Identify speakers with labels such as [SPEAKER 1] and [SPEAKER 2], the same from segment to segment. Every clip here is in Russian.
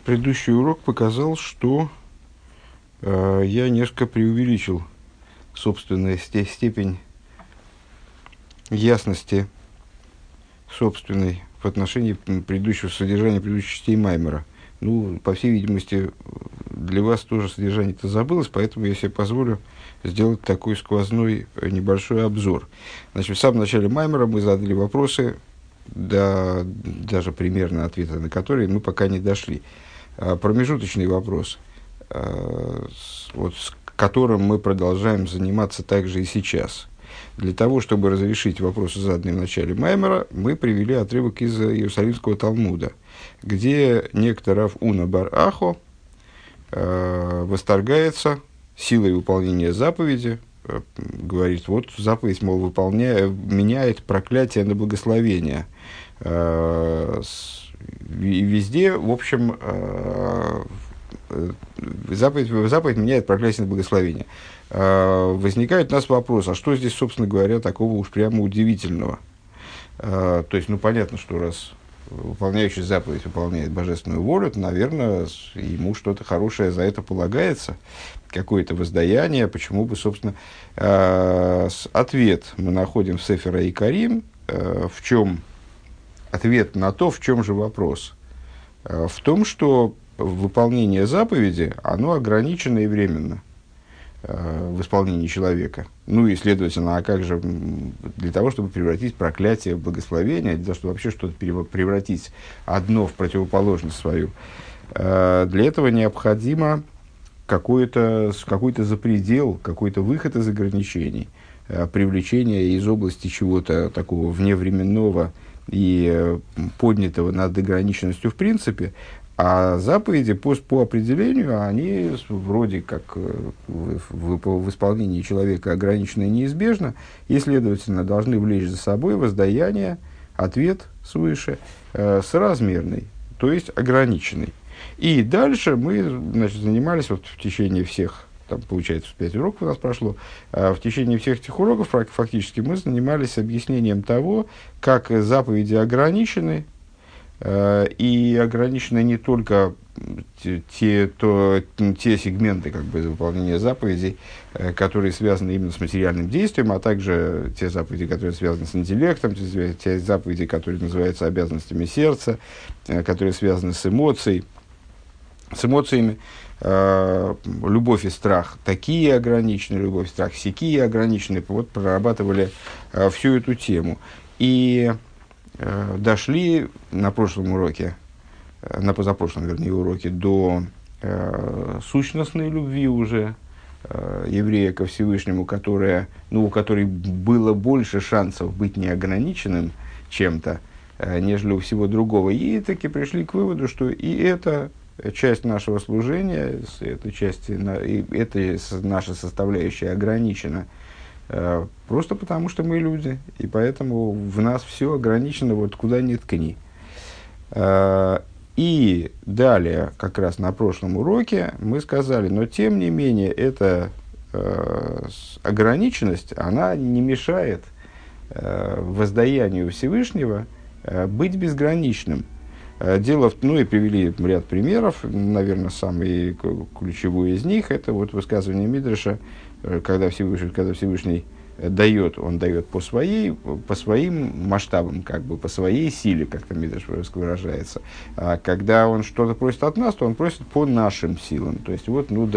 [SPEAKER 1] Предыдущий урок показал, что я несколько преувеличил собственную степень ясности собственной в отношении предыдущего содержания предыдущих частей Маймера. Ну, по всей видимости, для вас тоже содержание-то забылось, поэтому я себе позволю сделать такой сквозной небольшой обзор. Значит, в самом начале Маймера мы задали вопросы, даже примерно ответы на которые мы пока не дошли. Промежуточный вопрос, с которым мы продолжаем заниматься также и сейчас. Для того, чтобы разрешить вопросы, заданные в начале Маймера, мы привели отрывок из Иерусалимского Талмуда, где некто Рав Уна бар Ахо восторгается силой выполнения заповеди, говорит, вот заповедь, мол, меняет проклятие на благословение. И везде, в общем, заповедь меняет проклятие на благословение. Возникает у нас вопрос, а что здесь, собственно говоря, такого уж прямо удивительного? То есть, понятно, что раз выполняющий заповедь выполняет божественную волю, то, наверное, ему что-то хорошее за это полагается, какое-то воздаяние, почему бы, собственно, ответ мы находим в Сефер ха-Икарим, в чем ответ на то, в чем же вопрос. В том, что выполнение заповеди, оно ограничено и временно в исполнении человека. Ну и, следовательно, а как же для того, чтобы превратить проклятие в благословение, для того, чтобы вообще что-то превратить одно в противоположность свою, для этого необходимо какой-то запредел, какой-то выход из ограничений, привлечение из области чего-то такого вневременного и поднятого над ограниченностью в принципе, а заповеди по определению, они вроде как в исполнении человека ограничены неизбежно, и, следовательно, должны влечь за собой воздаяние, ответ свыше, соразмерный, то есть ограниченный. И дальше мы, занимались в течение всех, там, получается, 5 уроков у нас прошло, в течение всех этих уроков фактически мы занимались объяснением того, как заповеди ограничены, и ограничены не только те сегменты выполнения заповедей, которые связаны именно с материальным действием, а также те заповеди, которые связаны с интеллектом, те заповеди, которые называются обязанностями сердца, которые связаны с эмоциями. Любовь и страх такие ограничены, любовь и страх сякие ограничены. Вот прорабатывали всю эту тему. И дошли на прошлом уроке, на позапрошлом, уроке, до сущностной любви уже еврея ко Всевышнему, у которой было больше шансов быть неограниченным чем-то, нежели у всего другого. И таки пришли к выводу, что и эта часть нашего служения, эта наша составляющая ограничена, просто потому, что мы люди, и поэтому в нас все ограничено, вот куда ни ткни. И далее, как раз на прошлом уроке, мы сказали, но тем не менее, эта ограниченность, она не мешает воздаянию Всевышнего быть безграничным. И привели ряд примеров, наверное, самый ключевой из них, это вот высказывание Мидраша, когда Всевышний дает, он дает по своим масштабам, по своей силе, как-то Мидраш выражается. А когда он что-то просит от нас, то он просит по нашим силам. То есть,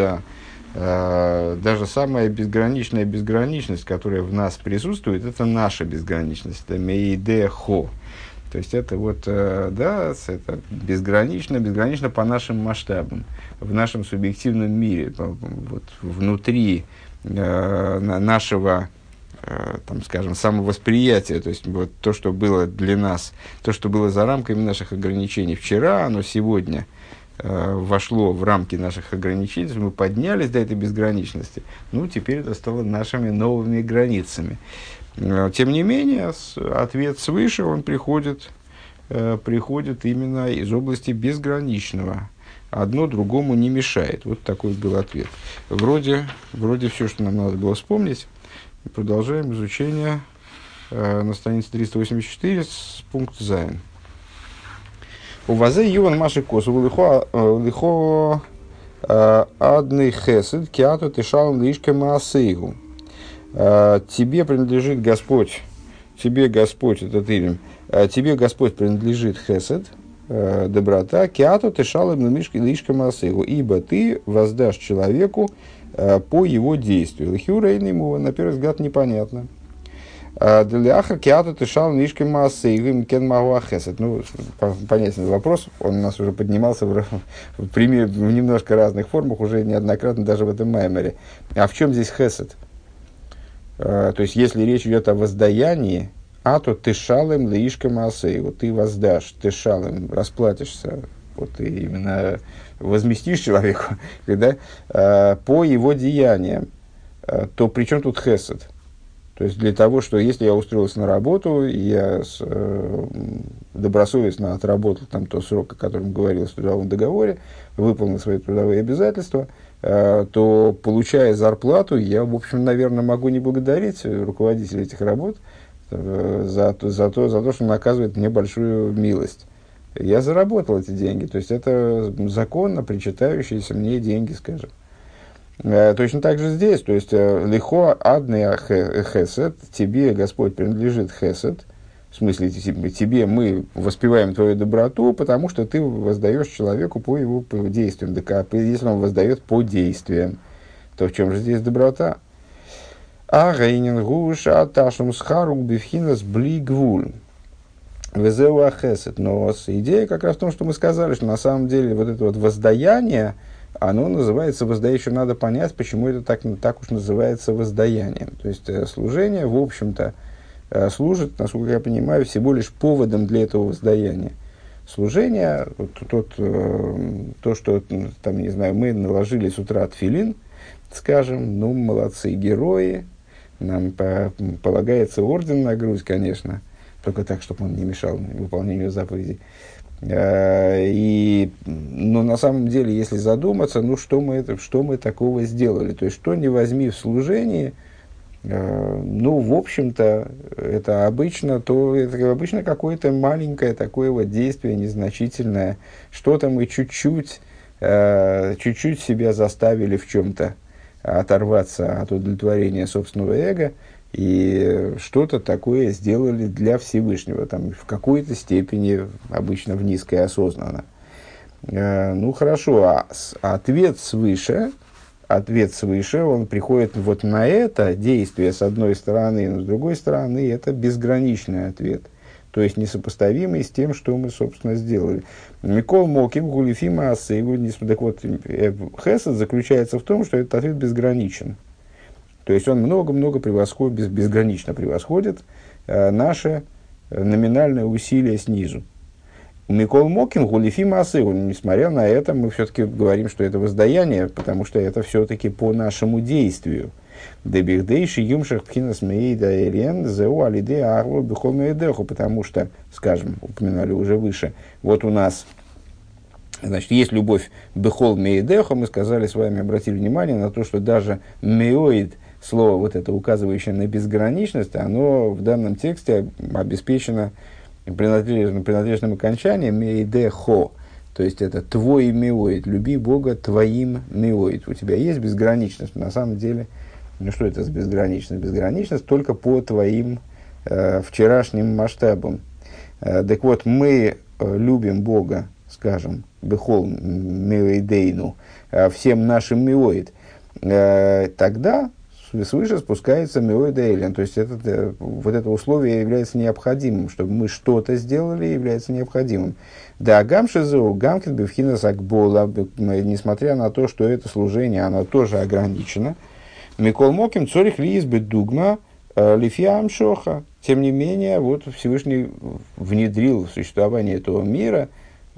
[SPEAKER 1] даже самая безграничная безграничность, которая в нас присутствует, это наша безграничность, это мейдехо. То есть, это это безгранично по нашим масштабам, в нашем субъективном мире, внутри нашего, самовосприятия. То есть, то, что было для нас, то, что было за рамками наших ограничений вчера, оно сегодня вошло в рамки наших ограничений, мы поднялись до этой безграничности, теперь это стало нашими новыми границами. Тем не менее, ответ свыше, он приходит именно из области безграничного. Одно другому не мешает. Вот такой был ответ. Вроде все, что нам надо было вспомнить. Продолжаем изучение на странице 384 с пункта Зайн. У вазе юван маши косу лихо адный хесед киату тишалом лишка маасейгу. Тебе принадлежит Господь, тебе Господь, этот Илим, тебе Господь принадлежит хесед, доброта, киату тишалом лишка маасейгу, ибо ты воздашь человеку по его действию. Лихюрейн ему, на первый взгляд, непонятно. Для киату тишалом лишка маасейгу кен магуа хесед. Ну, понятный вопрос, он у нас уже поднимался в немножко разных формах, уже неоднократно даже в этом маймере. А в чем здесь хесед? То есть, если речь идет о воздаянии, то ты шалым лишка маасей, вот ты воздашь, ты шалым, расплатишься, вот ты именно возместишь человеку, да, по его деяниям, то при чем тут хесед? То есть, для того, что если я устроился на работу, и я добросовестно отработал там тот срок, о котором говорилось в трудовом договоре, выполнил свои трудовые обязательства, то, получая зарплату, я, в общем, наверное, могу не благодарить руководителя этих работ за то, что он оказывает мне большую милость. Я заработал эти деньги, то есть это законно причитающиеся мне деньги, скажем. Точно так же здесь, то есть лихо адный хесед, тебе Господь принадлежит хесед, в смысле тебе мы воспеваем твою доброту, потому что ты воздаешь человеку по его действиям. Так, а если он воздает по действиям, то в чем же здесь доброта? А гейнин гуша аташум схарук бифхинас блигвуль. Везеуа хесед. Но идея как раз в том, что мы сказали, что на самом деле вот это вот воздаяние, оно называется воздаянием. Надо понять, почему это так уж называется воздаянием. То есть служение, в общем-то, служит, насколько я понимаю, всего лишь поводом для этого воздаяния. Служение, то, что там, не знаю, мы наложили с утра тфилин, скажем, ну, молодцы, герои, нам полагается орден на грудь, конечно, только так, чтобы он не мешал выполнению заповедей. Но на самом деле, если задуматься, ну, что мы такого сделали? То есть, что не возьми в служении, ну, в общем-то, это обычно какое-то маленькое такое вот действие, незначительное. Что-то мы чуть-чуть себя заставили в чем-то оторваться от удовлетворения собственного эго, и что-то такое сделали для Всевышнего, там, в какой-то степени, обычно в низкой осознанно. Ну, хорошо, ответ свыше, он приходит вот на это действие с одной стороны, но с другой стороны это безграничный ответ, то есть несопоставимый с тем, что мы, собственно, сделали. Микол Моким Гулифима Асейгу. Так вот, хесед заключается в том, что этот ответ безграничен. То есть он много-много превосходит, безгранично превосходит наше номинальное усилие снизу. Микол Мокин, Гулифима Асейгу. Несмотря на это, мы все-таки говорим, что это воздаяние, потому что это все-таки по нашему действию. Дебихдейши юмшах пхинас меида элен зеу алиде арло бихол меидеху. Потому что, скажем, упоминали уже выше, вот у нас, значит, есть любовь бихол меидеху. Мы сказали с вами, обратили внимание на то, что даже меоид, слово вот это, указывающее на безграничность, оно в данном тексте обеспечено принадлежным окончанием меидехо. То есть это твой меоид, люби Бога твоим меоид. У тебя есть безграничность, на самом деле. Ну что это за безграничность? Безграничность только по твоим вчерашним масштабам. Так вот, мы любим Бога, скажем, бехол меоидейну, всем нашим меоид. Тогда свыше спускается меоид эйлен. То есть вот это условие является необходимым, чтобы мы что-то сделали, является необходимым. Да, гамшизу, гамкин бифхина сакбола, несмотря на то, что это служение, оно тоже ограничено. Микол Моким цорих лизбет дугма лифия амшоха. Тем не менее, вот Всевышний внедрил в существование этого мира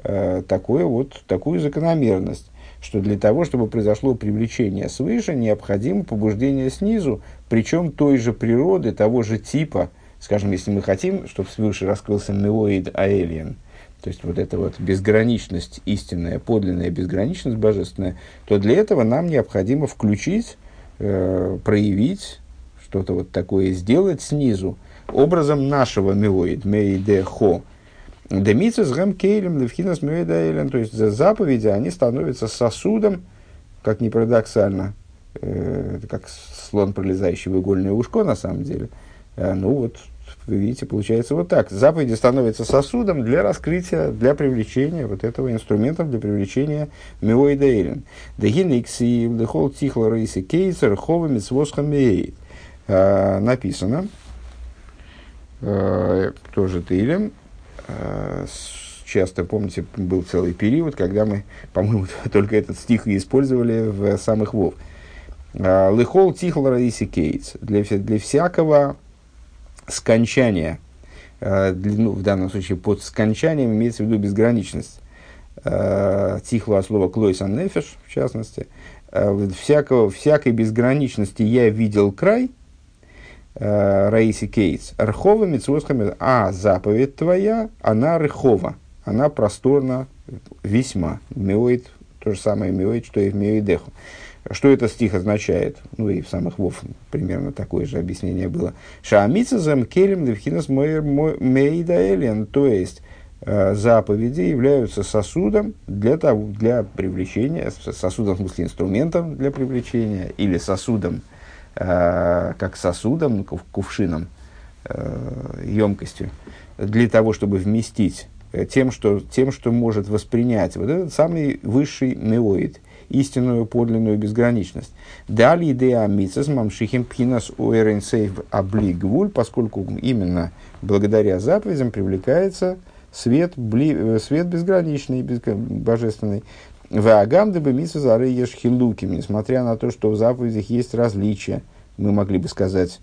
[SPEAKER 1] такую закономерность, что для того, чтобы произошло привлечение свыше, необходимо побуждение снизу, причем той же природы, того же типа. Скажем, если мы хотим, чтобы свыше раскрылся меоид аэлиен, то есть вот эта вот безграничность истинная, подлинная безграничность божественная, то для этого нам необходимо включить, проявить, что-то вот такое сделать снизу, образом нашего меоид, меидехо. Демицус гэм кейлем левхинас мюэдаэлен. То есть заповеди, они становятся сосудом, как ни парадоксально, это как слон, пролезающий в игольное ушко, на самом деле. Ну вот, вы видите, получается вот так. Заповеди становятся сосудом для раскрытия, для привлечения вот этого инструментом для привлечения мюэдаэлен. Дегин икси вдыхол тихла рейси кейсер хова митцвосхам меэй. Написано, тоже Тейлем, часто, помните, был целый период, когда мы, по-моему, только этот стих и использовали в самых Вов. Лыхол тихл раиси кейтс. Для всякого скончания, в данном случае под скончанием имеется в виду безграничность. Тихло от слова клойс ан нефеш, в частности. Всякой безграничности я видел край, Раиси Кейтс, Рхова Митцвосхами, а заповедь твоя, она рхова, она просторна весьма. Меоид, то же самое меоид, что и в меоидеху. Что этот стих означает? Ну и в самых Вов примерно такое же объяснение было. Шаамицазам келем левхинас мейдаэлен, то есть заповеди являются сосудом для привлечения, сосудом в смысле инструментом для привлечения или сосудом, как сосудом, кувшином, емкостью, для того, чтобы вместить тем, что может воспринять вот этот самый высший меоид, истинную подлинную безграничность. Далее идея митцес мамшихим пхинас уэрэнсейв облигвуль, поскольку именно благодаря заповедям привлекается свет безграничный, божественный. Ваагамды бы митцвы зары ешхилуки, несмотря на то, что в заповедях есть различия, мы могли бы сказать,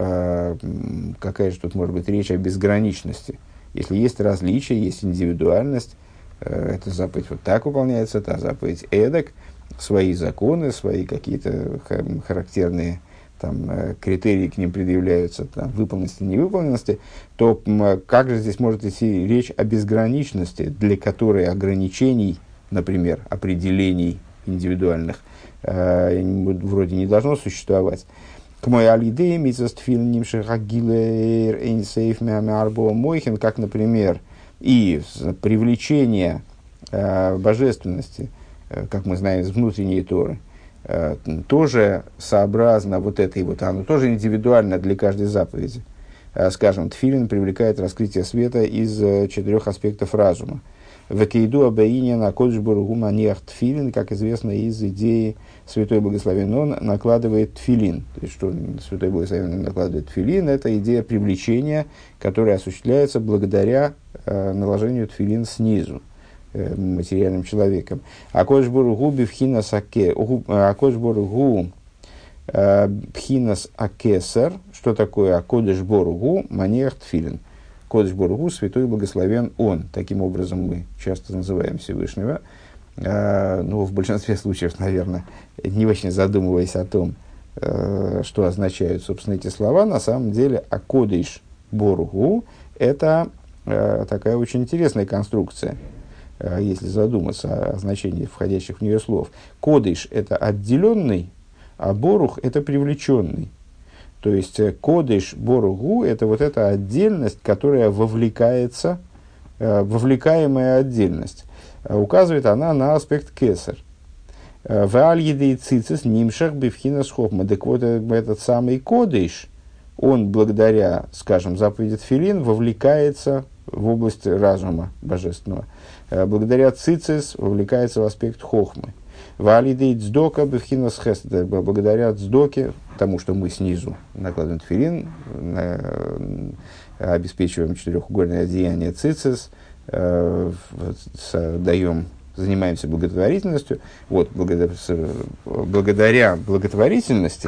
[SPEAKER 1] какая же тут может быть речь о безграничности. Если есть различия, есть индивидуальность, эта заповедь вот так выполняется, та заповедь эдак, свои законы, свои какие-то характерные там, критерии к ним предъявляются, там, выполненности, невыполненности, то как же здесь может идти речь о безграничности, для которой ограничений, например, определений индивидуальных, вроде не должно существовать. К моей алидее митцвостфиль нимших агилер эйнсейф мямарбо мойхин, как, например, и привлечение божественности, как мы знаем из внутренней Торы, тоже сообразно вот этой вот, оно тоже индивидуально для каждой заповеди. Скажем, тфилин привлекает раскрытие света из 4 аспектов разума. Векейду абаиня на кодж бургу маниах тфилин, как известно из идеи Святой Благословен, он накладывает тфилин. То есть, что Святой Благословен накладывает тфилин, это идея привлечения, которая осуществляется благодаря наложению тфилин снизу, материальным человеком. А кодж бургу бифхинас аке, а кодж бургу пхинас акесар, что такое акодж бургу маниах тфилин. Кодеш Боругу, святой благословен он. Таким образом мы часто называем Всевышнего. Но в большинстве случаев, наверное, не очень задумываясь о том, что означают, собственно, эти слова. На самом деле, Кодеш Боругу – это такая очень интересная конструкция, если задуматься о значении входящих в нее слов. Кодеш – это отделенный, а Борух – это привлеченный. То есть, кодеш боругу – это вот эта отдельность, которая вовлекается, вовлекаемая отдельность. Указывает она на аспект кесар. Вааль едей цицис нимшах бифхинас хохма. Так вот, этот самый кодеш, он благодаря, скажем, заповеди тфилин, вовлекается в область разума божественного. Благодаря цицис вовлекается в аспект хохмы. Валидей цдока бифхинас хесед, благодаря цдоке, тому, что мы снизу накладываем тфилин, обеспечиваем четырехугольное одеяние цицис, занимаемся благотворительностью. Вот, благодаря благотворительности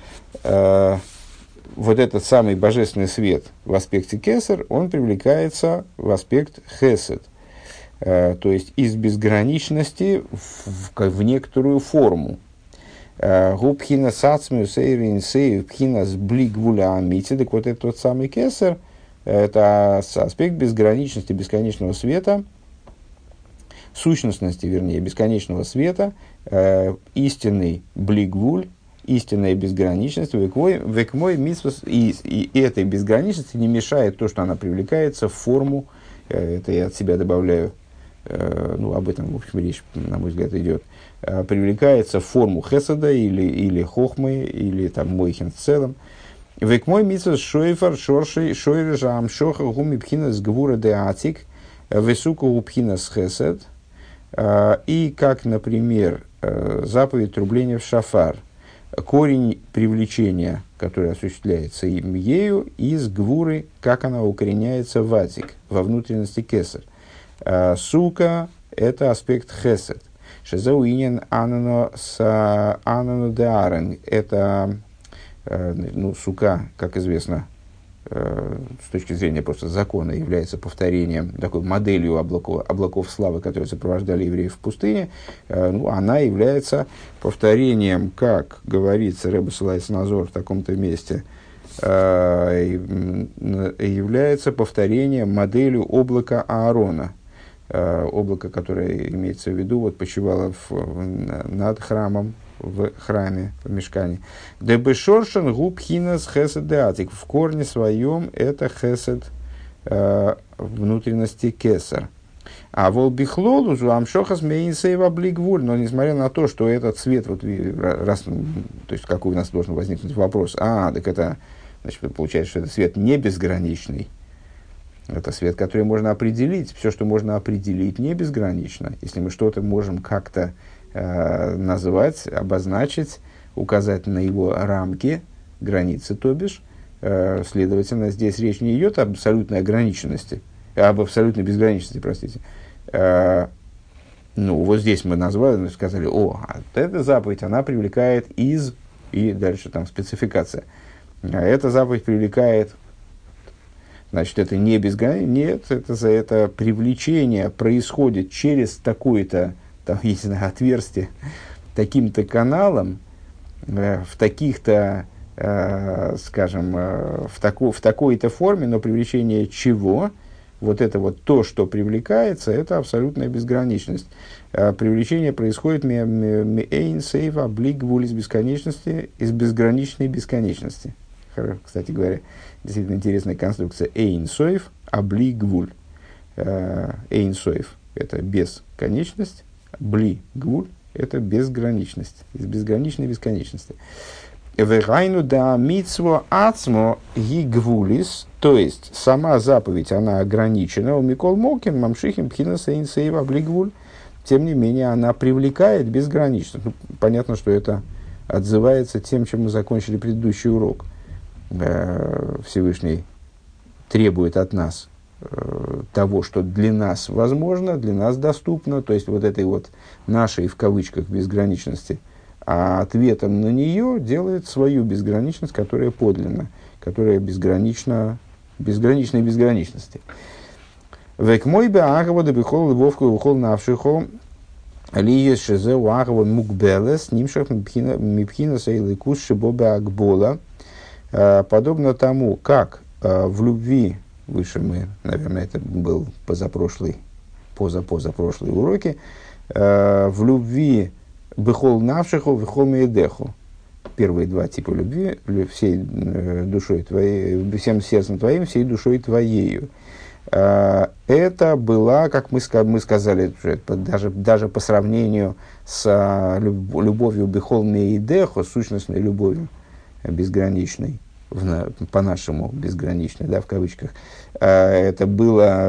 [SPEAKER 1] вот этот самый божественный свет в аспекте кесар, он привлекается в аспект хесед. То есть из безграничности в некоторую форму. Губхина сацмию сейрин сейв пхина с блигвуля амити. Так вот, этот тот самый кесар, это аспект безграничности, бесконечного света, сущностности, вернее, бесконечного света, истинный блигвуль, истинная безграничность, векмой митсвас, и этой безграничности не мешает то, что она привлекается в форму это я от себя добавляю, об этом, в общем, речь, на мой взгляд, идет, привлекается в форму хесада или хохмы, или там мойхин в целом. Век мой митцвос шойфар шоршей шойрежа амшоха гуми пхинас гвура де атик весука гупхинас хесед. И как, например, заповедь трубления в шафар, корень привлечения, который осуществляется ею, из гвуры, как она укореняется в атик, во внутренности кесар. Сука – это аспект хесед. Шезауинен анано деарен – это, сука, как известно, с точки зрения просто закона, является повторением, такой моделью облаков славы, которые сопровождали евреев в пустыне. Она является повторением, как говорится, Ребе ссылается на Зор в таком-то месте, является повторением моделью облака Аарона. Облако, которое имеется в виду, почивало над храмом, в храме, в мишкане. Дебешоршен губ хинас хесед деатик. В корне своем это хесед внутренности кесар. А волбихлолу амшохас мейнсейва блигвуль. Но несмотря на то, что этот цвет, то есть какой у нас должен возникнуть вопрос, так это, значит, получается, что это цвет не безграничный. Это свет, который можно определить. Все, что можно определить, не безгранично. Если мы что-то можем как-то назвать, обозначить, указать на его рамки, границы, то бишь, следовательно, здесь речь не идет об абсолютной ограниченности, об абсолютной безграничности, простите. Вот здесь мы назвали, сказали, эта заповедь, она привлекает из, и дальше там спецификация. Эта заповедь привлекает. Значит, это не безгранично. Нет, это привлечение происходит через такое-то, отверстие, таким-то каналом, в таких-то, скажем, в такой-то форме, но привлечение чего? То, что привлекается, это абсолютная безграничность. Привлечение происходит меэйн сейва блигвуль из бесконечности, из безграничной бесконечности. Кстати говоря, действительно интересная конструкция. Эйн соев, бли гвуль. Эйн соев – это бесконечность, бли гвуль – это безграничность, из безграничной бесконечности. Вегайну да митцво ацмо ги гвулис, то есть сама заповедь, она ограничена. У Микол Мокин, Мамшихим, Пхинас, Эйн соев, бли гвуль. Тем не менее, она привлекает безгранично. Понятно, что это отзывается тем, чем мы закончили предыдущий урок. Всевышний требует от нас того, что для нас возможно, для нас доступно, то есть этой нашей, в кавычках, безграничности, а ответом на нее делает свою безграничность, которая подлинна, которая безгранична безграничности. Век мой бе агава да бихол львовку ухол навшихо лиес шезе у агава мукбелес нимшах мипхина сейликус шибо бе агбола. Подобно тому, как в любви, выше мы, наверное, это был позапрошлый уроки, в любви бехол навшиху, бехол меедеху. Первые два типа любви, всей душой твоей, всем сердцем твоим, всей душой твоею. Это была, как мы сказали, даже по сравнению с любовью бехол меедеху, сущностной любовью, безграничной, по-нашему безграничной, в кавычках, это была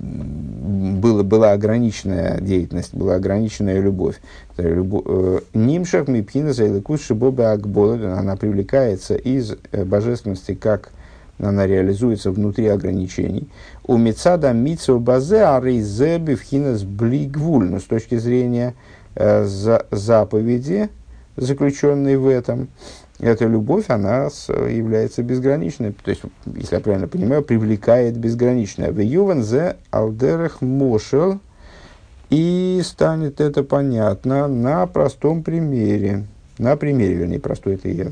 [SPEAKER 1] ограниченная деятельность, была ограниченная любовь. Нимшах мипхина зайлыкус шибоба акбола, она привлекается из божественности, как она реализуется внутри ограничений. У мецада митсо базе арейзе бифхинас блигвуль, но с точки зрения заповеди, заключенной в этом, эта любовь, она является безграничной, то есть, если я правильно понимаю, привлекает безграничное. Веюван зе алдерех мошел, и станет это понятно на простом примере. Вернее, простой, это я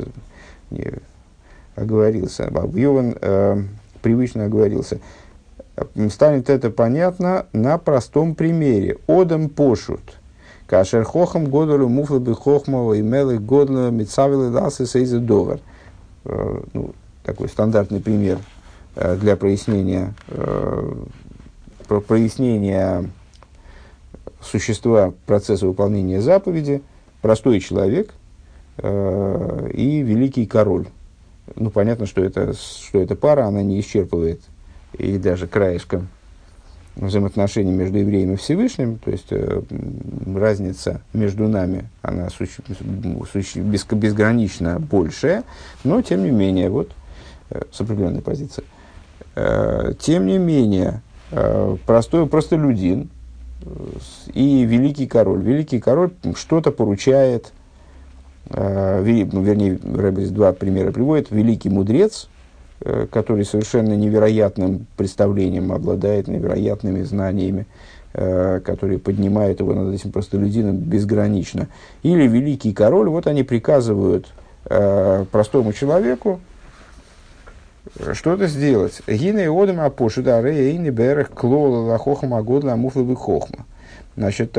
[SPEAKER 1] оговорился. Веюван привычно оговорился. Станет это понятно на простом примере. Одам пошут. Кашер хохам годолю муфлабы хохмова и мелы годло митсавилы ласы сейзы довар. Такой стандартный пример для прояснения прояснения существа процесса выполнения заповеди простой человек и великий король. Ну, понятно, что эта пара, она не исчерпывает и даже краешком взаимоотношений между евреем и Всевышним, то есть разница между нами, она безгранично большая, но тем не менее, вот, с определенной позиции. Тем не менее, простолюдин и великий король. Великий король что-то поручает, вернее, Рэбе здесь два примера приводит. Великий мудрец, который совершенно невероятным представлением обладает, невероятными знаниями, которые поднимают его над этим простолюдином безгранично. Или великий король, вот они приказывают простому человеку что-то сделать. Гины одам апошуда рейни берех клола лахохма агодла муфлы хохма. Значит,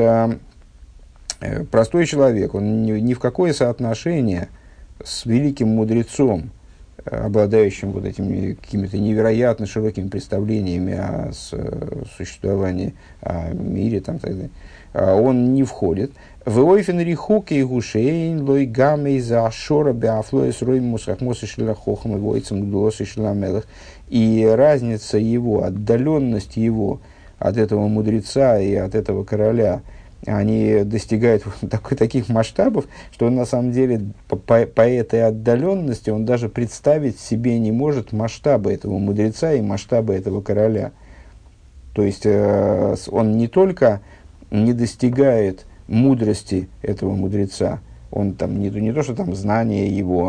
[SPEAKER 1] простой человек, он ни в какое соотношение с великим мудрецом, обладающим вот этими какими-то невероятно широкими представлениями о существовании, о мире, там, так далее, он не входит. Войфен рихуки гушейн лой гамей за шора беафлоис роймус хахмосы шлахохам и войцем глосы шламелах. И разница его, отдаленность его от этого мудреца и от этого короля, они достигают таких масштабов, что он на самом деле по этой отдаленности он даже представить себе не может масштабы этого мудреца и масштабы этого короля. То есть он не только не достигает мудрости этого мудреца, он там не то, что там знаниями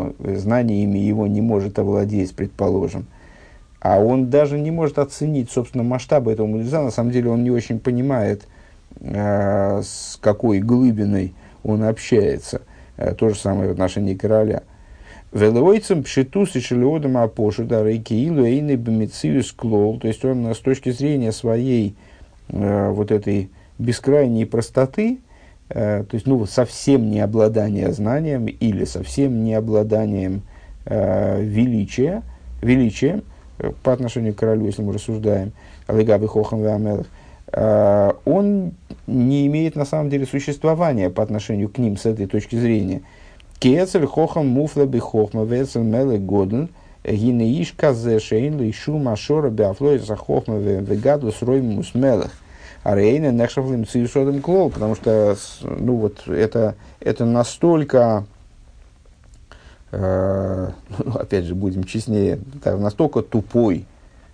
[SPEAKER 1] его не может овладеть, предположим, а он даже не может оценить, собственно, масштабы этого мудреца. На самом деле он не очень понимает, с какой глубиной он общается. То же самое в отношении короля. Велойцем пшитус и шелеодам апошу да рейкиилу эйны бемициус клол. То есть он с точки зрения своей вот этой бескрайней простоты, то есть совсем не обладание знанием или совсем не обладанием величием по отношению к королю, если мы рассуждаем, алигабы хохам веамелах, он не имеет на самом деле существования по отношению к ним с этой точки зрения. Кецель хохам муфла би хохма вецель меле годен гинеиш казе шейн лишу машора беафлой за хохма вегаду с ройм мусмелах. А рейна нехшавлим цившодом клол, потому что это настолько, опять же, будем честнее, настолько тупой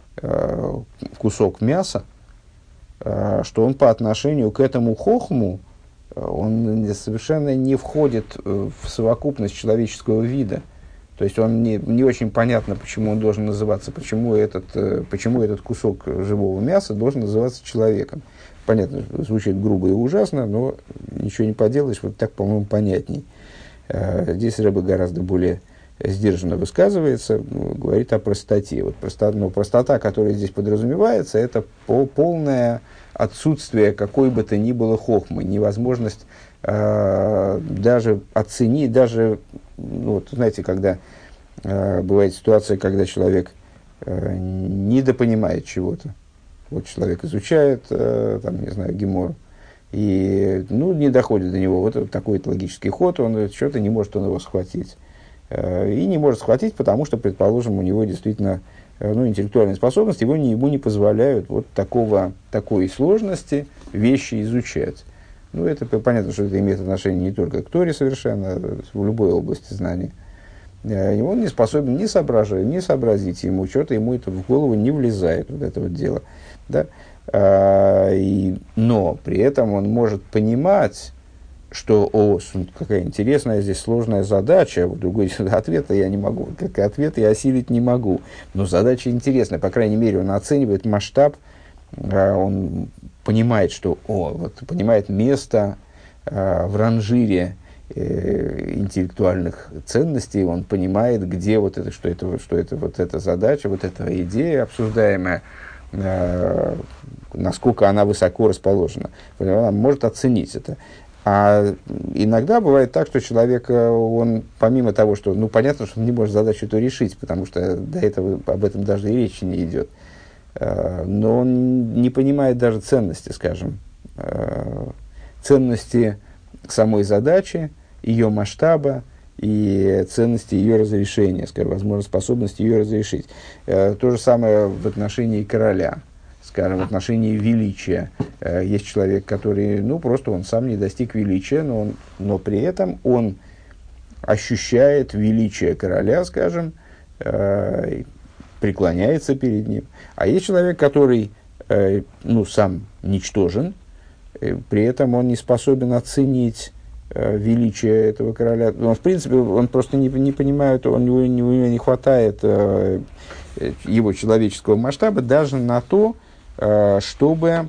[SPEAKER 1] кусок мяса, что он по отношению к этому хохму, он совершенно не входит в совокупность человеческого вида. То есть он не очень понятно, почему он должен называться, почему этот кусок живого мяса должен называться человеком. Понятно, звучит грубо и ужасно, но ничего не поделаешь, вот так, по-моему, понятней. Здесь Рэбе гораздо более сдержанно высказывается, говорит о простоте. Вот простота, которая здесь подразумевается, это полное отсутствие какой бы то ни было хохмы, невозможность даже оценить, даже, знаете, когда бывает ситуация, когда человек недопонимает чего-то. Вот человек изучает, гемор, и не доходит до него. Вот такой логический ход, он что-то не может его схватить. И не может схватить, потому что, предположим, у него действительно интеллектуальные способности ему не позволяют вот такой сложности вещи изучать. Это понятно, что это имеет отношение не только к Торе совершенно, в любой области знаний. И он не способен ни сообразить ему, что-то ему это в голову не влезает, вот это вот дело. Да? Но при этом он может понимать, что какая интересная здесь сложная задача, другой ответа я не могу, как ответ я осилить не могу, но задача интересная, по крайней мере, он оценивает масштаб, он понимает, понимает место в ранжире интеллектуальных ценностей, он понимает, где что это вот эта задача, вот эта идея обсуждаемая, насколько она высоко расположена, он может оценить это. А иногда бывает так, что человек, он помимо того, что, понятно, что он не может задачу эту решить, потому что до этого об этом даже и речи не идет. но он не понимает даже ценности, скажем, ценности самой задачи, ее масштаба и ценности ее разрешения, скажем, возможно, способности ее разрешить. То же самое в отношении короля, скажем, в отношении величия. Есть человек, который, просто он сам не достиг величия, но при этом он ощущает величие короля, скажем, преклоняется перед ним. А есть человек, который, сам ничтожен, при этом он не способен оценить величие этого короля. Он, в принципе, он просто не понимает, у него не хватает его человеческого масштаба даже на то, чтобы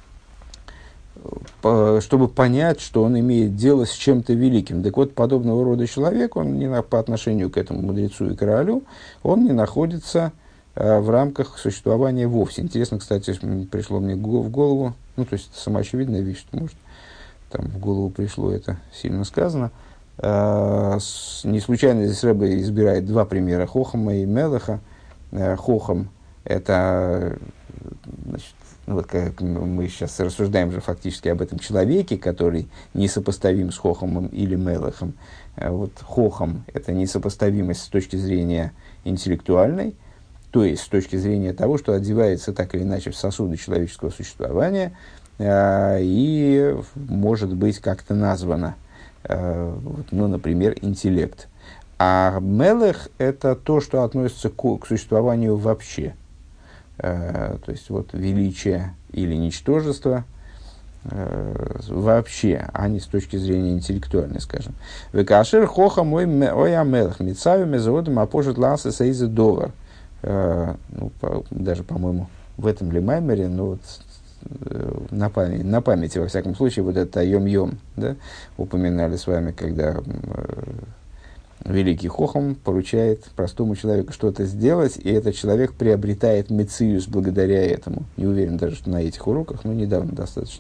[SPEAKER 1] понять, что он имеет дело с чем-то великим. Так вот, подобного рода человек, он по отношению к этому мудрецу и королю, он не находится в рамках существования вовсе. Интересно, кстати, пришло мне в голову, то есть самоочевидная вещь, что, может, там в голову пришло, это сильно сказано. Не случайно здесь Ребе избирает два примера, Хохама и Мелеха. Хохам – это, как мы сейчас рассуждаем же фактически об этом человеке, который несопоставим с Хохамом или Мелехом. Вот Хохам – это несопоставимость с точки зрения интеллектуальной, то есть с точки зрения того, что одевается так или иначе в сосуды человеческого существования и может быть как-то названо, например, интеллект. А Мелех – это то, что относится к существованию вообще. То есть, величие или ничтожество вообще, а не с точки зрения интеллектуальной, скажем. «Векашер хоха мой амелех, митсавим мезоодом апошет ласы сейзе довар». Даже, по-моему, в этом ли маймере, на памяти, во всяком случае, вот это йом-йом, да, упоминали с вами, когда великий Хохам поручает простому человеку что-то сделать, и этот человек приобретает мециюс благодаря этому. Не уверен даже, что на этих уроках, но недавно достаточно.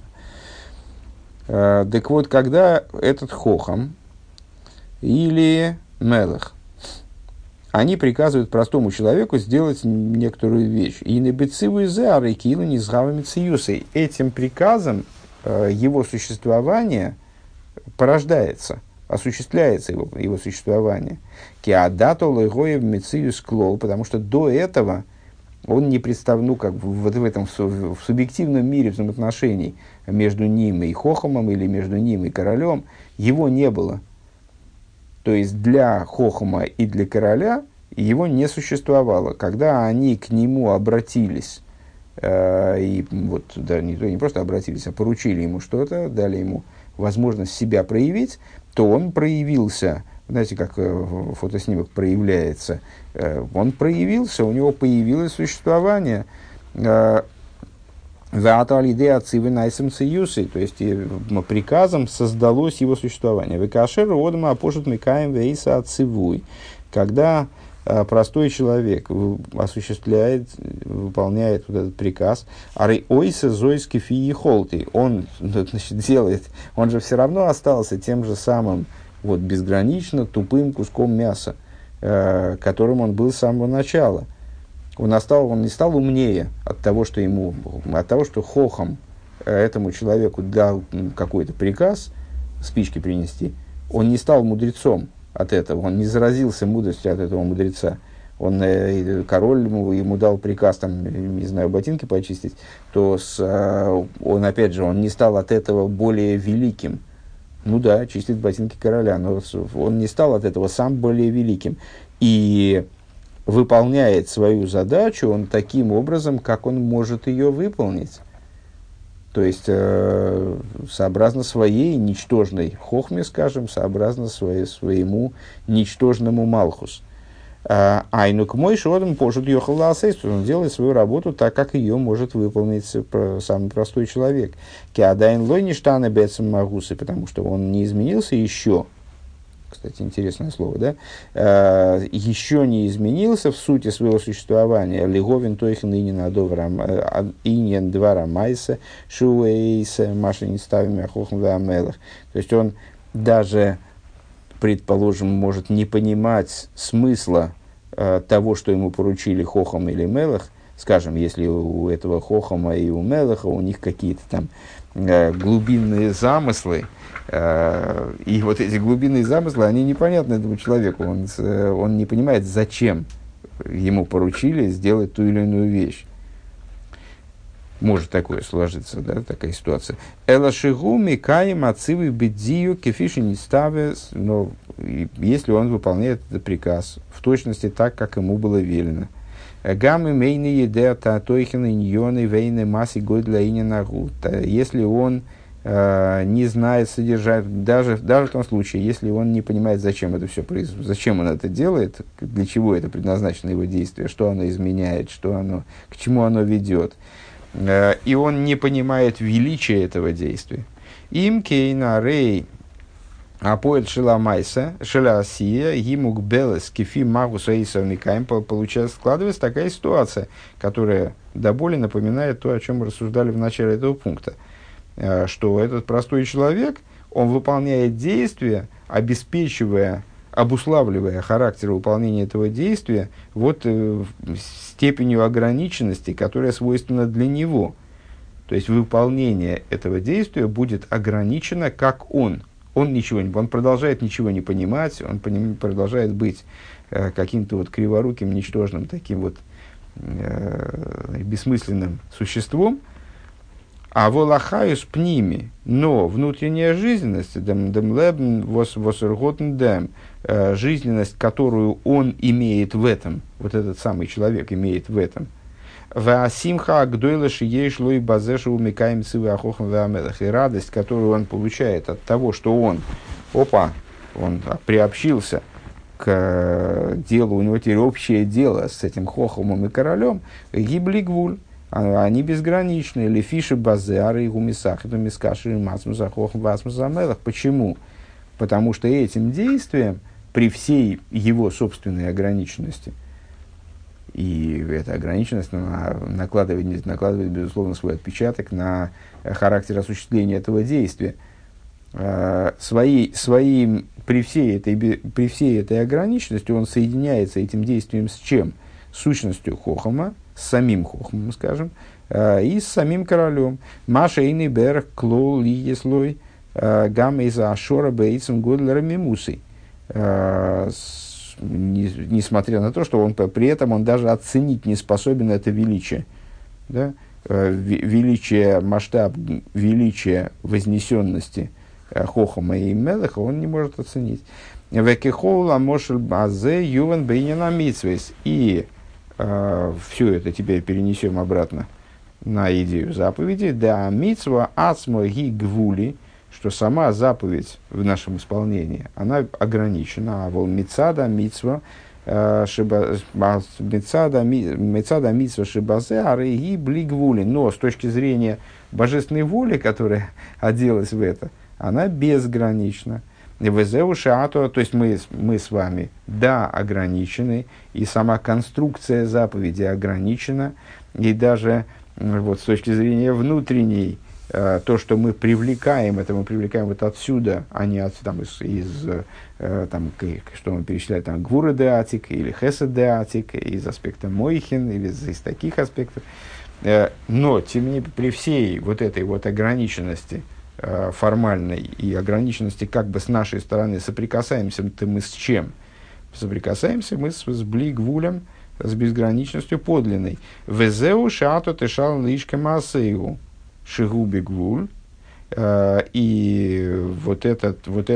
[SPEAKER 1] Так вот, когда этот Хохам или Мелех, они приказывают простому человеку сделать некоторую вещь. И на бециву из ары килу не с мециюсой. Этим приказом его существование порождается, осуществляется его существование. Киадато лойгоев мециюс клол, потому что до этого он не представлял, в этом в субъективном мире взаимоотношений между ним и Хохамом или между ним и королем его не было. То есть для Хохама и для короля его не существовало. Когда они к нему обратились, не просто обратились, а поручили ему что-то, дали ему возможность себя проявить, то он проявился. Знаете, как фотоснимок проявляется? Он проявился, у него появилось существование. То есть приказом создалось его существование. Векашер одма опошут микаем вейса отцевуй. Когда простой человек осуществляет, выполняет вот этот приказ, ары ойса зойски фии холты, он делает, он же все равно остался тем же самым безгранично тупым куском мяса, которым он был с самого начала. Он не стал умнее от того, что Хохам этому человеку дал какой-то приказ спички принести. Он не стал мудрецом от этого, он не заразился мудростью от этого мудреца. Король ему дал приказ, ботинки почистить, то он, опять же, он не стал от этого более великим. Чистит ботинки короля, но он не стал от этого сам более великим. И выполняет свою задачу он таким образом, как он может ее выполнить. То есть, сообразно своей ничтожной хохме, скажем, сообразно своему ничтожному малхус. Айнук мой шодом пошут ехал он делает свою работу так, как ее может выполнить самый простой человек. Киадайн лой ништаны бецем магусы, потому что он не изменился еще. Кстати, интересное слово, да? Еще не изменился в сути своего существования. Лиговин тойхен инин двара майса шуэйса машин ставим ахохн вамелах. То есть он даже, предположим, может не понимать смысла того, что ему поручили Хохам или Мелех, Скажем, если у этого Хохама и у Мелаха у них какие-то там глубинные замыслы, и вот эти глубинные замыслы, они непонятны этому человеку. Он не понимает, зачем ему поручили сделать ту или иную вещь. Может такое сложиться, да, такая ситуация. Элашигу микаем ацивы бедзию кефиши не ставес, но если он выполняет этот приказ в точности так, как ему было велено. Гаммы мейны еде татойхины ньоны вейны массы год для ининагу. Если он не знает содержать, даже в том случае, если он не понимает, зачем это все происходит, зачем он это делает, для чего это предназначено его действие, что оно изменяет, к чему оно ведет, и он не понимает величия этого действия. Им кейна рей апоэль шеламайса шеласия гимук белес кефи магус эйсовникаем. Получается, складывается такая ситуация, которая до боли напоминает то, о чем мы рассуждали в начале этого пункта. Что этот простой человек, он выполняет действия, обуславливая характер выполнения этого действия степенью ограниченности, которая свойственна для него. То есть выполнение этого действия будет ограничено, как он. Он продолжает ничего не понимать, он продолжает быть каким-то криворуким, ничтожным, таким бессмысленным существом. А волахаюс пними, но внутренняя жизненность, жизненность, которую он имеет в этом, вот этот самый человек имеет в этом. И радость, которую он получает от того, что он приобщился к делу, у него теперь общее дело с этим Хохомом и королем, гибли гвуль. Они безграничны. Лефиши базары и гумисах, это мискаши масмуза хохм васмуза мелах. Почему? Потому что этим действием, при всей его собственной ограниченности, и эта ограниченность накладывает, безусловно, свой отпечаток на характер осуществления этого действия, при всей этой ограниченности он соединяется этим действием с чем? С сущностью Хохома, с самим Хохмом, скажем, и с самим королем. Маша и Нибер клол лиеслой гамма из Ашора бейцем годлера мимусой. Несмотря на то, что при этом он даже оценить не способен это величие. Да? Величие, масштаб величия вознесенности Хохома и Мелеха он не может оценить. Векихоула мошель базе ювен бейнина митсвейс. И все это теперь перенесем обратно на идею заповеди. Да, митсва ацмо ги гвули, что сама заповедь в нашем исполнении, она ограничена. А вол мицада митсва мицада митсва шибазе ареги бли гвули. Но с точки зрения божественной воли, которая оделась в это, она безгранична. То есть мы с вами, да, ограничены, и сама конструкция заповеди ограничена, и даже с точки зрения внутренней, то, что мы привлекаем, это мы привлекаем отсюда, а не что мы перечисляли, гвура деатик или хесед деатик, из аспекта мойхин, или из таких аспектов. Но, тем не менее, при всей этой ограниченности, формальной и ограниченности как бы с нашей стороны, соприкасаемся-то мы с чем? Соприкасаемся мы с блигвулем, с безграничностью подлинной. Везеу шато тешал лишка массею шигуби гвуль. И вот это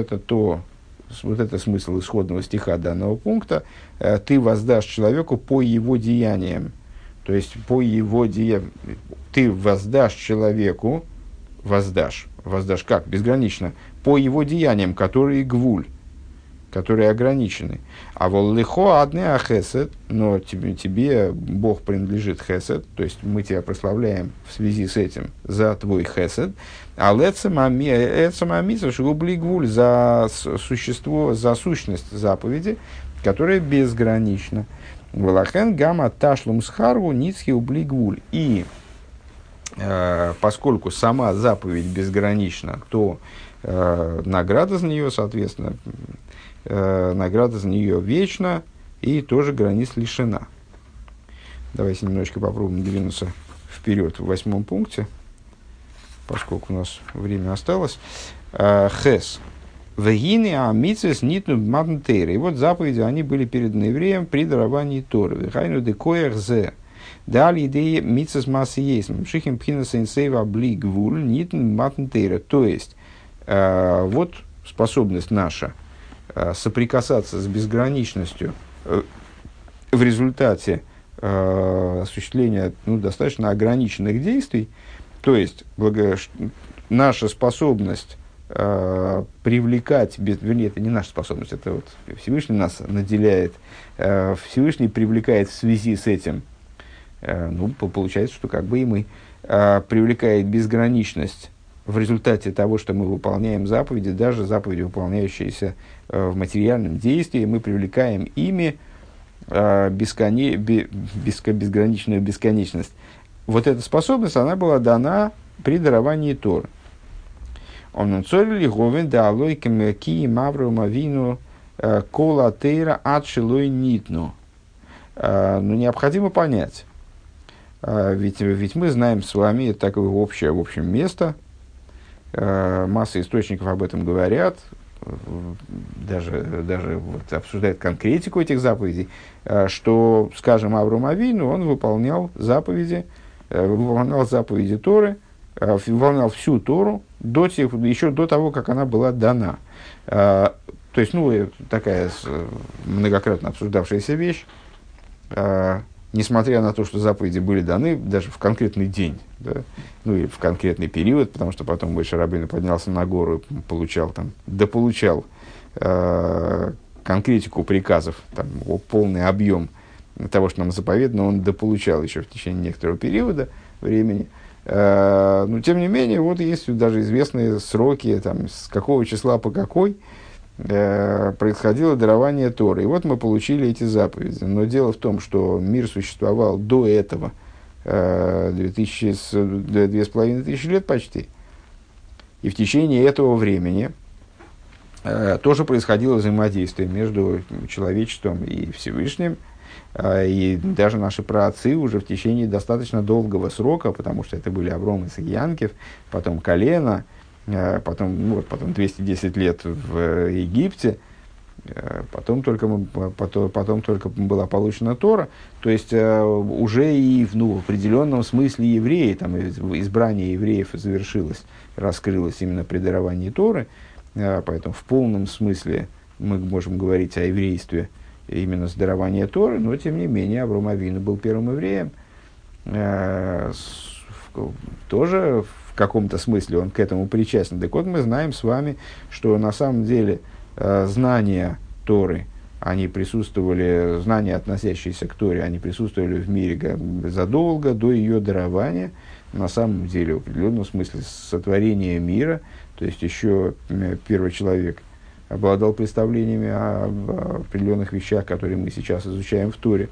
[SPEAKER 1] смысл исходного стиха данного пункта. Ты воздашь человеку по его деяниям. То есть по его деяниям. Ты воздашь человеку, воздашь как? Безгранично. По его деяниям, которые гвуль, которые ограничены. А воллихо адне ахесед, но тебе Бог принадлежит хесед, то есть мы тебя прославляем в связи с этим за твой хесед. А лецамамица шгубли гвуль за существо, за сущность заповеди, которая безгранична. Валахен гамма ташлум схарву ницхи убли гвуль. И поскольку сама заповедь безгранична, то награда за нее, соответственно, награда за нее вечна и тоже границ лишена. Давайте немножечко попробуем двинуться вперед в 8 пункте, поскольку у нас время осталось. Хес. Вегины амитсвес нитну маднтейры. И вот заповеди, они были переданы евреям при даровании Торы. Вехайну декоях зе. Дали идеи митсвес массы есть. Мшихим пхинаса инсейва блигвуль нитну маднтейры. То есть, вот способность наша соприкасаться с безграничностью в результате осуществления достаточно ограниченных действий, то есть наша способность привлекать, вернее, это не наша способность, это вот Всевышний нас наделяет, Всевышний привлекает в связи с этим, получается, что как бы и мы, привлекает безграничность в результате того, что мы выполняем заповеди, даже заповеди, выполняющиеся в материальном действии, мы привлекаем ими безграничную бесконечность. Вот эта способность, она была дана при даровании Торы. Он цорили говен да алойкем ки мавру мавину кола тейра отшилой нитну. Но необходимо понять, ведь мы знаем с вами, это такое общее, в общем, место, масса источников об этом говорят, даже вот обсуждают конкретику этих заповедей, что, скажем, Авром Авину, он выполнял заповеди Торы, выполнял всю Тору еще до того, как она была дана. То есть, такая многократно обсуждавшаяся вещь, несмотря на то, что заповеди были даны даже в конкретный день, да, или в конкретный период, потому что потом Моше Рабейну поднялся на гору и дополучал конкретику приказов, полный объем того, что нам заповедано, он дополучал еще в течение некоторого периода времени. Но, тем не менее, вот есть даже известные сроки, с какого числа по какой происходило дарование Торы. И вот мы получили эти заповеди. Но дело в том, что мир существовал до этого 2500 лет почти. И в течение этого времени тоже происходило взаимодействие между человечеством и Всевышним. И даже наши праотцы уже в течение достаточно долгого срока, потому что это были Авром, Ицхак, Янкев, потом колено, потом 210 лет в Египте, потом только была получена Тора. То есть уже и в определенном смысле евреи, избрание евреев завершилось, раскрылось именно при даровании Торы. Поэтому в полном смысле мы можем говорить о еврействе именно с дарования Торы, но тем не менее Авром Авину был первым евреем. Тоже в каком-то смысле он к этому причастен. Так вот, мы знаем с вами, что на самом деле знания Торы, они присутствовали, знания, относящиеся к Торе, они присутствовали в мире задолго до ее дарования. На самом деле, в определенном смысле, сотворение мира, то есть еще первый человек обладал представлениями о определенных вещах, которые мы сейчас изучаем в Торе.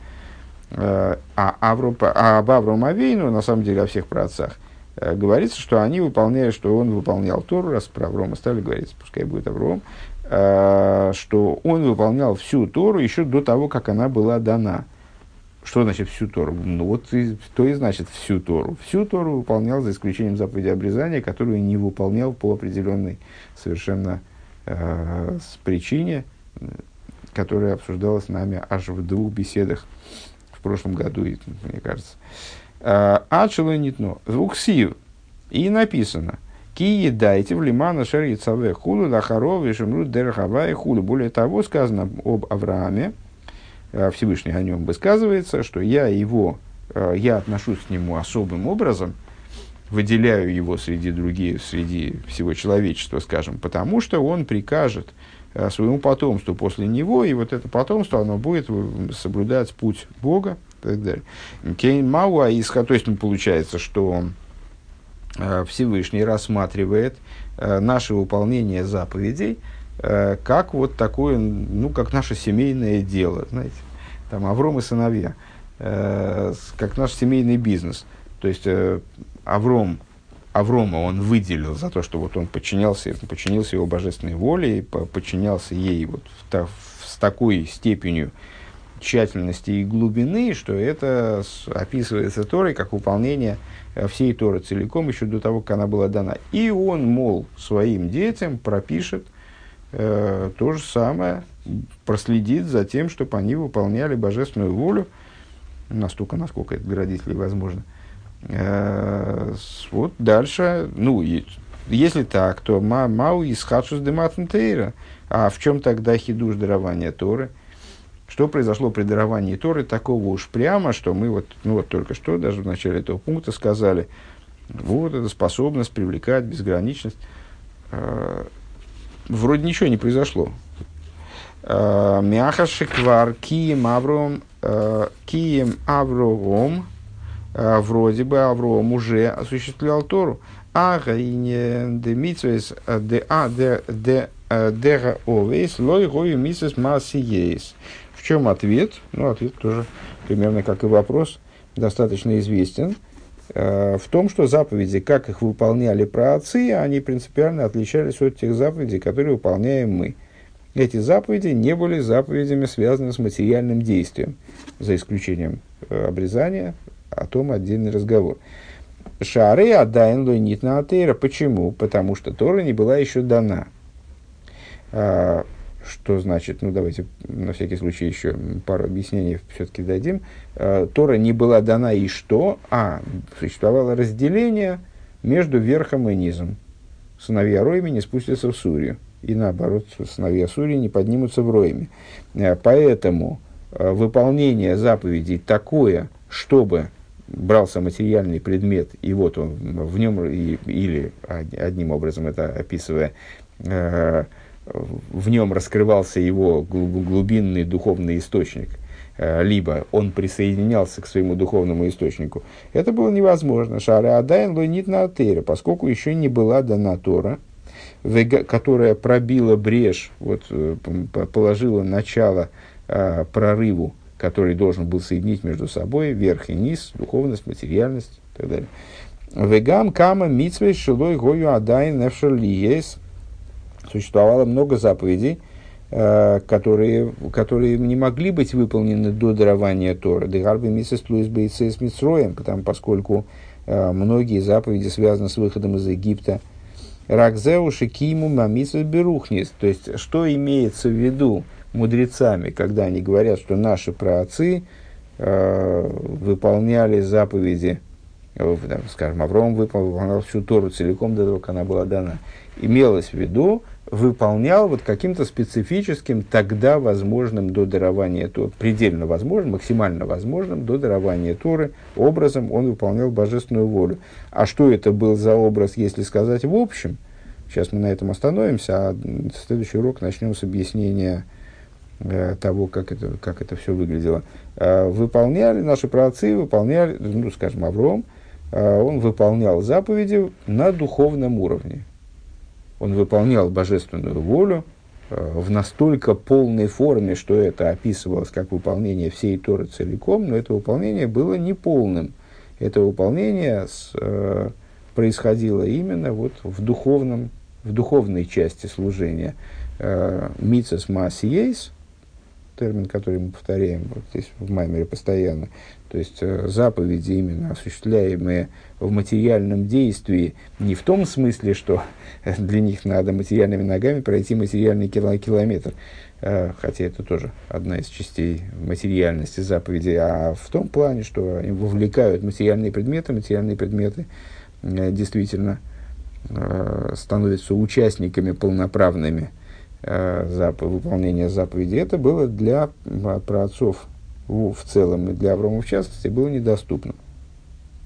[SPEAKER 1] Об Авром Авейну, на самом деле о всех праотцах, говорится, что он выполнял Тору, раз про Аврома стали говорить, пускай будет Авром, что он выполнял всю Тору еще до того, как она была дана. Что значит всю Тору? То и значит всю Тору. Всю Тору выполнял, за исключением заповеди обрезания, которую не выполнял по определенной совершенно с причине, которая обсуждалась нами аж в 2 беседах в прошлом году, мне кажется. Ачело нитно, звуксив. И написано: ки едайте в лимана шери цаве хулу лахаров и шемру дерахава и хулу. Более того, сказано об Аврааме, Всевышний о нем высказывается, что я отношусь к нему особым образом, выделяю его среди других, среди всего человечества, скажем, потому что он прикажет своему потомству после него, и вот это потомство, оно будет соблюдать путь Бога, и так далее. Кейн Мауа, то есть получается, что Всевышний рассматривает наше выполнение заповедей как вот такое, как наше семейное дело, знаете, Авром и сыновья, как наш семейный бизнес. То есть Аврома он выделил за то, что вот он подчинился его божественной воле, подчинялся ей вот с такой степенью тщательности и глубины, что это описывается Торой как выполнение всей Торы целиком еще до того, как она была дана. И он, мол, своим детям пропишет то же самое, проследит за тем, чтобы они выполняли божественную волю, настолько, насколько это для родителей возможно. Вот дальше, ну, если так, то мау из хадшус де матнтейра. А в чем тогда хидуш дарования Торы? Что произошло при даровании Торы такого уж прямо, что мы вот, ну вот только что, даже в начале этого пункта сказали, вот эта способность привлекать, безграничность. Вроде ничего не произошло. Мяхашиквар кием Авром, вроде бы Авром уже осуществлял Тору. Ага и не демитвес де овейс лой гою мисс массиейс. В чем ответ? Ну, ответ тоже примерно как и вопрос, достаточно известен. В том, что заповеди, как их выполняли праотцы, они принципиально отличались от тех заповедей, которые выполняем мы. Эти заповеди не были заповедями, связанными с материальным действием, за исключением обрезания, о том отдельный разговор. Шары адайн лойнит на атеира. Почему? Потому что Тора не была еще дана. Что значит, ну давайте на всякий случай еще пару объяснений все-таки дадим. Тора не была дана и что? Существовало разделение между верхом и низом. Сыновья Ройми не спустятся в Сурию. И наоборот, сыновья Сурии не поднимутся в Ройме. Поэтому выполнение заповедей такое, чтобы брался материальный предмет, и вот он в нем, или одним образом это описывая, в нем раскрывался его глубинный духовный источник, либо он присоединялся к своему духовному источнику, это было невозможно. Шары адайн лойнит на атеира, поскольку еще не была дана Тора, которая пробила брешь, вот, положила начало прорыву, который должен был соединить между собой верх и низ, духовность, материальность и так далее. Вегам кама митцвей шилой гою адайн нефшер лиес. Существовало много заповедей, которые не могли быть выполнены до дарования Торы. Дегарби миссис плюс бейцес митсроем, поскольку многие заповеди связаны с выходом из Египта. Ракзеу шикиму мамисвес берухнис. То есть, что имеется в виду мудрецами, когда они говорят, что наши праотцы выполняли заповеди, скажем, Авраам выполнял всю Тору целиком до того, как она была дана. Имелось в виду, выполнял вот каким-то специфическим, тогда возможным до дарования Торы, предельно возможным, максимально возможным до дарования Торы образом он выполнял божественную волю. А что это был за образ, если сказать в общем? Сейчас мы на этом остановимся, а следующий урок начнем с объяснения того, как это все выглядело. Выполняли наши праотцы, ну, скажем, Авраам, он выполнял заповеди на духовном уровне. Он выполнял божественную волю в настолько полной форме, что это описывалось как выполнение всей Торы целиком, но это выполнение было неполным. Это выполнение происходило именно вот в духовной части служения. Мицес маасиейс, термин, который мы повторяем вот здесь в Маймере постоянно, то есть заповеди, именно осуществляемые в материальном действии, не в том смысле, что для них надо материальными ногами пройти материальный километр, хотя это тоже одна из частей материальности заповедей, а в том плане, что они вовлекают материальные предметы действительно становятся участниками полноправными выполнения заповедей. Это было для праотцов в целом и для Авраама в частности было недоступно.